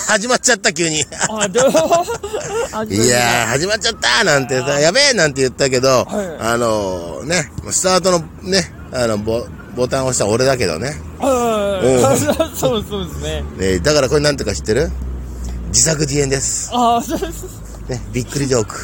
始まっちゃった急に。いあ、どうやー、始まっちゃったなんてさ、やべえなんて言ったけど、ね、スタートのね、ボタンを押した俺だけどね。 そうですね。 だからこれなんとか知ってる？自作自演です。 そうです。 ね、びっくりジョーク。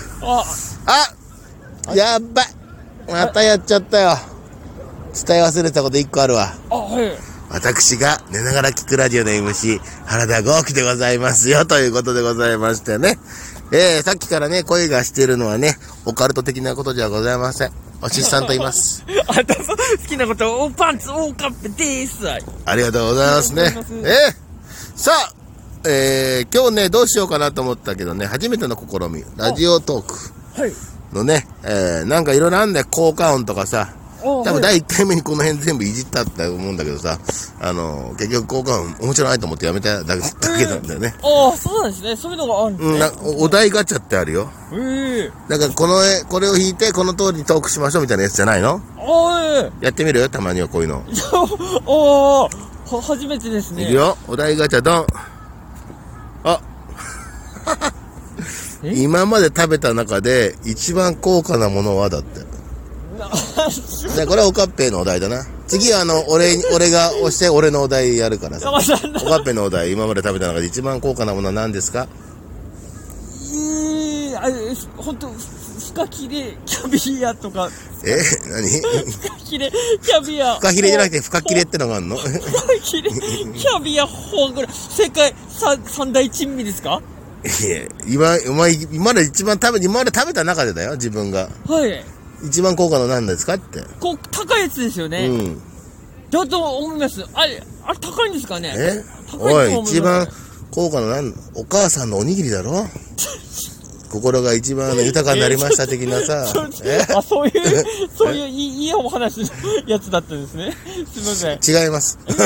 やっばい。またやっちゃったよ。伝え忘れたこと1個あるわ。私が寝ながら聞くラジオの MC、原田豪輝でございますよ、ということでございましてね。さっきからね、声がしているのはね、オカルト的なことじゃございません。おしっさんと言います。 好きなことオーパンツオーカップです。 ありがとうございますね。さあ、今日ね、どうしようかなと思ったけどね、初めての試み、ラジオトークのね、なんかいろいろあんだよ、効果音とかさ、多分第1回目にこの辺全部いじったって思うんだけどさ、結局効果音面白いと思ってやめただけなんだよね。 そうなんですね。そういうのがあるんですね。 お題ガチャってあるよ。だからこれを引いてこの通りにトークしましょうみたいなやつじゃないの？やってみるよ、たまにはこういうの。 初めてですね。 いくよ、お題ガチャドン。今まで食べた中で一番高価なものはだって。これはオカッペのお題だな。次は俺が押して俺のお題やるからさ。オカッペのお題、今まで食べた中で一番高価なものは何ですか？ ほんと、フカヒレキャビアとか。 何？ フカヒレキャビア。 フカヒレじゃなくてフカキレってのがあるの？ フカヒレキャビアフォアグラ。世界三大珍味ですか？ 今まで食べた中でだよ、自分が。一番高価の何ですかって。 高いやつですよね。だと思います。あれ高いんですかね？ おい、一番高価のお母さんのおにぎりだろ？心が一番豊かになりました的なさ。 そういういいお話のやつだったんですね。すみません。 違います。 違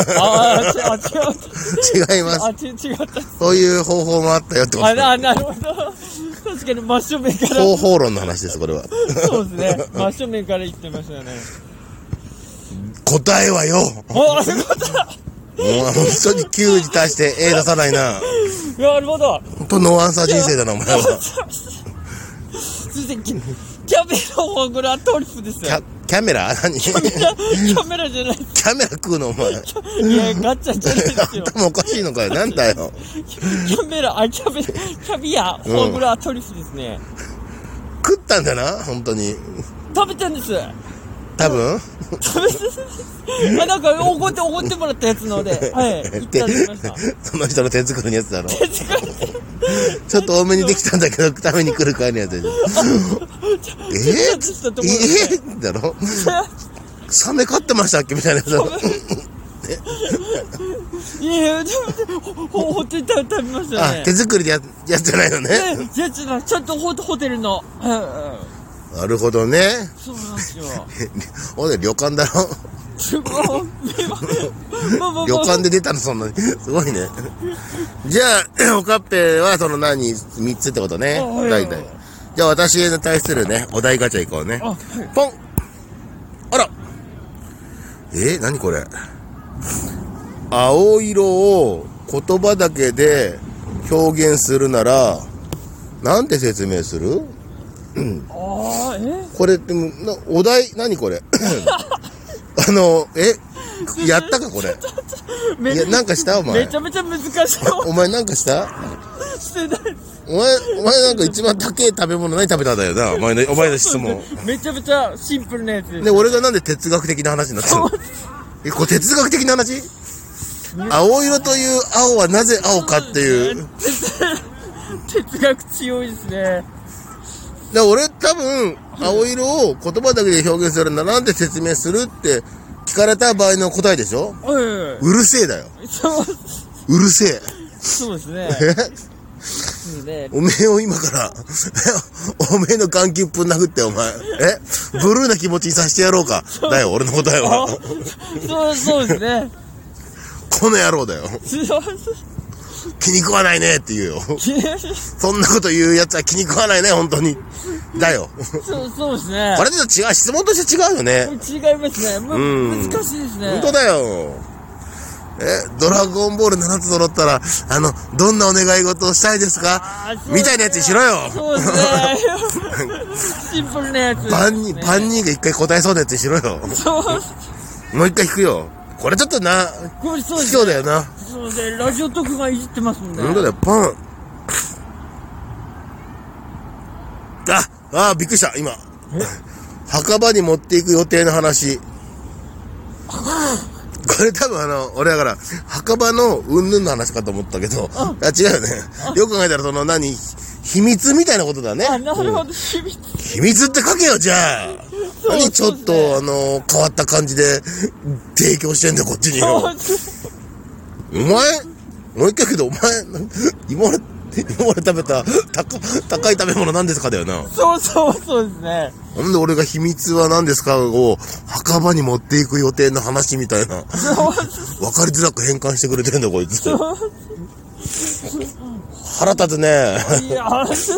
います。 違った。 そういう方法もあったよってことです。 なるほど。確かに真正面から。 方法論の話です、これは。 そうですね。真正面から言ってましたよね。 答えはよ。本当に9時足して A 出さないな。 なるほど。 本当ノーアンサー人生だな、お前は。 キャメラフォアグラトリュフですよ。 キャメラ？何？ キャメラじゃない。 キャメラ食うのお前。 いや、ガッチャンじゃないですよ。 頭おかしいのかよ。なんだよ。 キャビアフォアグラトリュフですね。 食ったんだな、本当に。 食べたんです。 多分？ なんかおごってもらったやつので、いただきました。 その人の手作りのやつだろ。ちょっと多めにできたんだけど食べに来るかいのやつで。だろ。サメ飼ってましたっけみたいなやつだろ。 いやほんとに食べましたね。 手作りでやつじゃないのね。 ちゃんとホテルの。 なるほどね。 そうなんですよ。 旅館だろ。旅館で出たのそんなに。すごいね。じゃあ、おかっぺは3つってことね。大体。じゃあ私に対するね、お題ガチャいこうね。ポン！あら！何これ？青色を言葉だけで表現するなら、なんて説明する？これってお題何これ？やったかこれ？いや、なんかしたお前。 めちゃめちゃ難しい。 お前なんかした？ してない。 お前なんか一番高い食べ物何食べたんだよな、お前の質問。 めちゃめちゃシンプルなやつです。 で、俺がなんで哲学的な話になったの？これ哲学的な話？青色という青はなぜ青かっていう。 哲学強いですね。 で俺多分青色を言葉だけで表現するならなんで説明するって聞かれた場合の答えでしょ？うるせえだよ。うるせえ。 そうですね。 おめえを今からおめえの眼球ぶん殴ってお前ブルーな気持ちにさせてやろうかだよ俺の答えは。 そうですね。 この野郎だよ。気に食わないねって言うよ。そんなこと言うやつは気に食わないね本当に。だよ。 そうですね。 これで違う、質問として違うよね。 違いますね。難しいですね。 本当だよ。 ドラゴンボール7つ揃ったら、どんなお願い事をしたいですかみたいなやつにしろよ。 そうですね。シンプルなやつ。 パンニーが一回答えそうなやつにしろよ。 そう。 もう一回引くよ。これちょっとな、 これそうです。 そうだよな。 そうですね。ラジオ特がいじってますもんね。 本当だよ、パン。びっくりした、今。墓場に持っていく予定の話。これ多分俺だから、墓場のうんぬんの話かと思ったけど、違うよね。よく考えたら秘密みたいなことだね。 なるほど、秘密。 秘密って書けよ、じゃあ。何ちょっと、変わった感じで、提供してんだよ、こっちによ。お前、もう一回けど、お前、今まで食べた高い食べ物何ですかだよな。 そうですね。 なんで俺が秘密は何ですかを墓場に持っていく予定の話みたいな。分かりづらく変換してくれてるんだこいつ。腹立つね。 いや、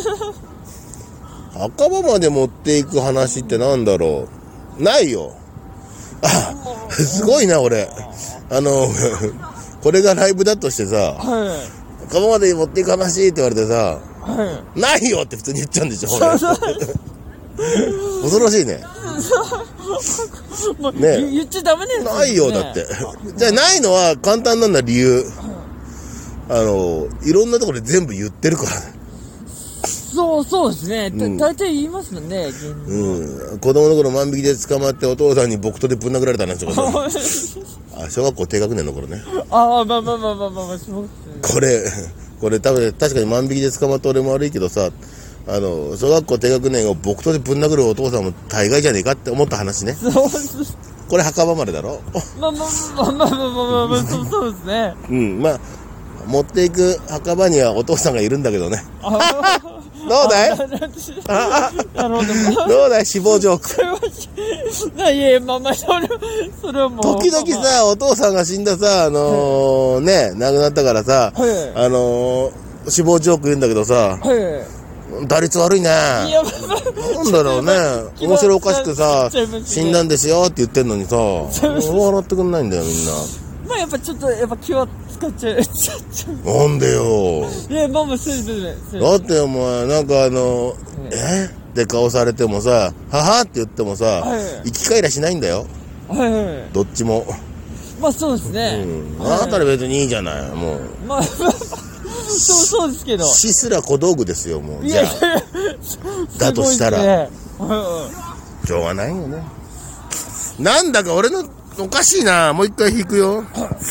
墓場まで持っていく話ってなんだろう。ないよ。すごいな俺。これがライブだとしてさ。墓場まで持っていく話って言われてさ、ないよって普通に言っちゃうんでしょ。恐ろしいね。 ね、言っちゃダメね。 ないよだって。じゃあないのは簡単なんだ理由。いろんなところで全部言ってるからね。 そうですね。大体言いますもんね。 子供の頃万引きで捕まってお父さんに木刀でぶん殴られたなんてこと。小学校低学年の頃ね。 まあ、 これ多分確かに万引きで捕まって俺も悪いけどさ、小学校低学年を木刀でぶん殴るお父さんも大概じゃねえかって思った話ね。これ墓場までだろ。 そうですね。 まあ持っていく墓場にはお父さんがいるんだけどね。どうだい？どうだい死亡ジョーク。 いやまあそれはもう時々さお父さんが死んださ亡くなったからさ死亡ジョーク言うんだけどさ打率悪いね。なんだろうね。面白おかしくさ死んだんですよって言ってんのにさ笑ってくんないんだよみんな。 まあやっぱちょっと気は使っちゃう。 なんでよ。 いやまあそうです。 だってお前なんかって顔されてもさははって言ってもさ生き返らしないんだよ。どっちも。 まあそうですね。 あなたら別にいいじゃないもう。 まあそうですけど。 死すら小道具ですよもう。じゃあだとしたらしょうがないよね。なんだか俺のおかしいな。もう一回引くよ。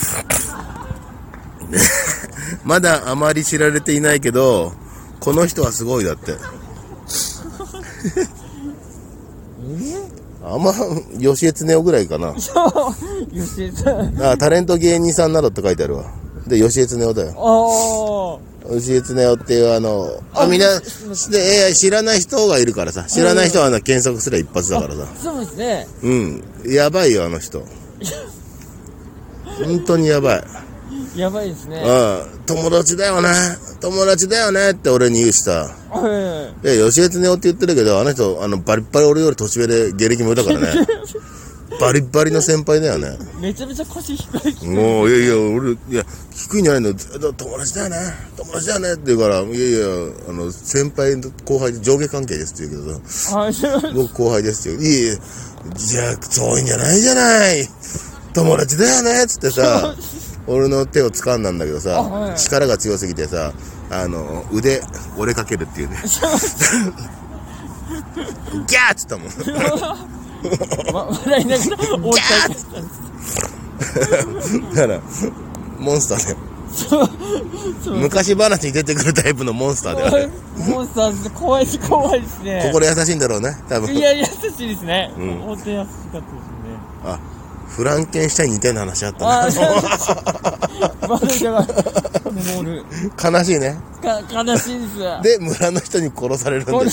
まだあまり知られていないけどこの人はすごいだって吉江恒夫ぐらいかな。 吉江さんタレント芸人さんなどって書いてあるわ。で吉江恒夫だよ。吉江恒夫っていうみんな知らない人がいるからさ。知らない人は検索すれば一発だからさ。 そうですね。 やばいよあの人。本当にやばい。 やばいですね。 友達だよねって俺に言うしさ。吉江恒夫って言ってるけどあの人バリッバリ俺より年上で芸歴もいたからね。バリッバリの先輩だよね。 めちゃめちゃ腰低い。 もう俺低いんじゃないの。友達だよねって言うから、先輩と後輩で上下関係ですって言うけどさ。僕後輩ですって言う。じゃあそういうんじゃないじゃない。友達だよねっつってさ。俺の手を掴んだんだけどさ、力が強すぎてさ、腕折れかけるっていうね。ギャーっつったもん。 笑いながら折っちゃったんです。 だからモンスターだよ。昔話に出てくるタイプのモンスターだよね。 モンスターです怖いですね。 心優しいんだろうね多分。 いや優しいですね。本当に優しかったですね。 フランケンシュタインに似たような話あったね。悲しいね。 悲しいです。 で村の人に殺されるんです。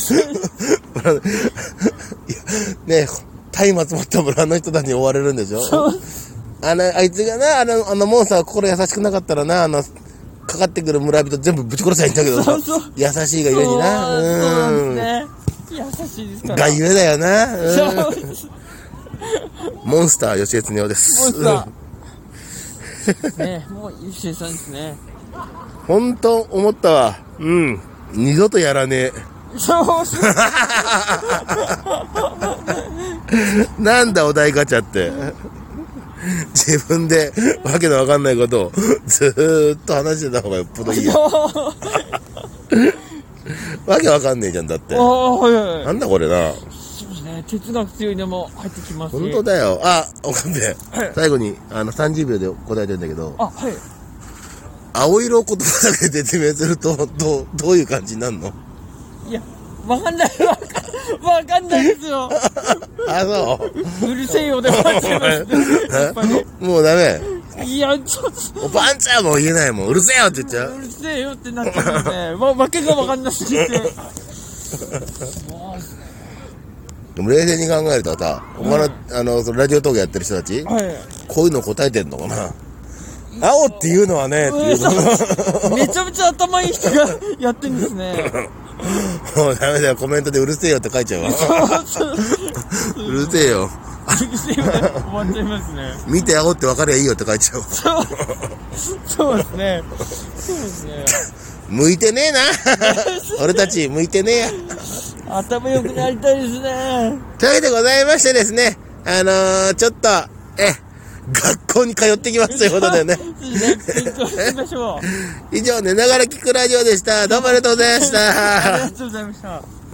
ね松明持った村の人たちに追われるんでしょ。あいつがなモンスターが心優しくなかったらなかかってくる村人全部ぶち殺せばいいんだけど優しいがゆえにな。 そうなんですね。優しいですから。 がゆえだよな。モンスター吉江恒夫です。 ね、もうゆうせいさんですね。 ほんと思ったわ。うん。二度とやらねえ。 そうそう。 なんだお題ガチャって。自分でわけのわかんないことをずーっと話してた方がよっぽどいいよ。わけわかんねえじゃん、だって。 はいはい。 なんだこれな。 そうですね。哲学強いのも入ってきますし。 本当だよ。あ、おかんべ。最後に、30秒で答えてるんだけど。 あ、はい。 青色を言葉だけで説明すると、どういう感じになるの？ いや、わかんないですよ。 あ、そう。 うるせえよで終わっちゃいますね。やっぱり。 もうダメ。 いや、ちょっと。 おばんちゃんも言えないもん。うるせえよって言っちゃう。 うるせえよってなっちゃうんですね。わけがわかんなすぎて。 でも冷静に考えるとさ、他の、そのラジオトークやってる人たち、 はい。 こういうの答えてんのかな。青っていうのはね、っていうの。 めちゃめちゃ頭いい人がやってんですね。 もうダメだよ、コメントでうるせえよって書いちゃうわ。うるせえよ。 うるせえよで終わっちゃいますね。 見て青って分かりゃいいよって書いちゃう。 そうですね。そうですね。 向いてねえな。俺たち向いてねえや。 頭良くなりたいですね。 というわけでございましてですね、ちょっと、学校に通ってきますということでね。 勉強しましょう。 以上、寝ながら聞くラジオでした。どうもありがとうございました。 ありがとうございました。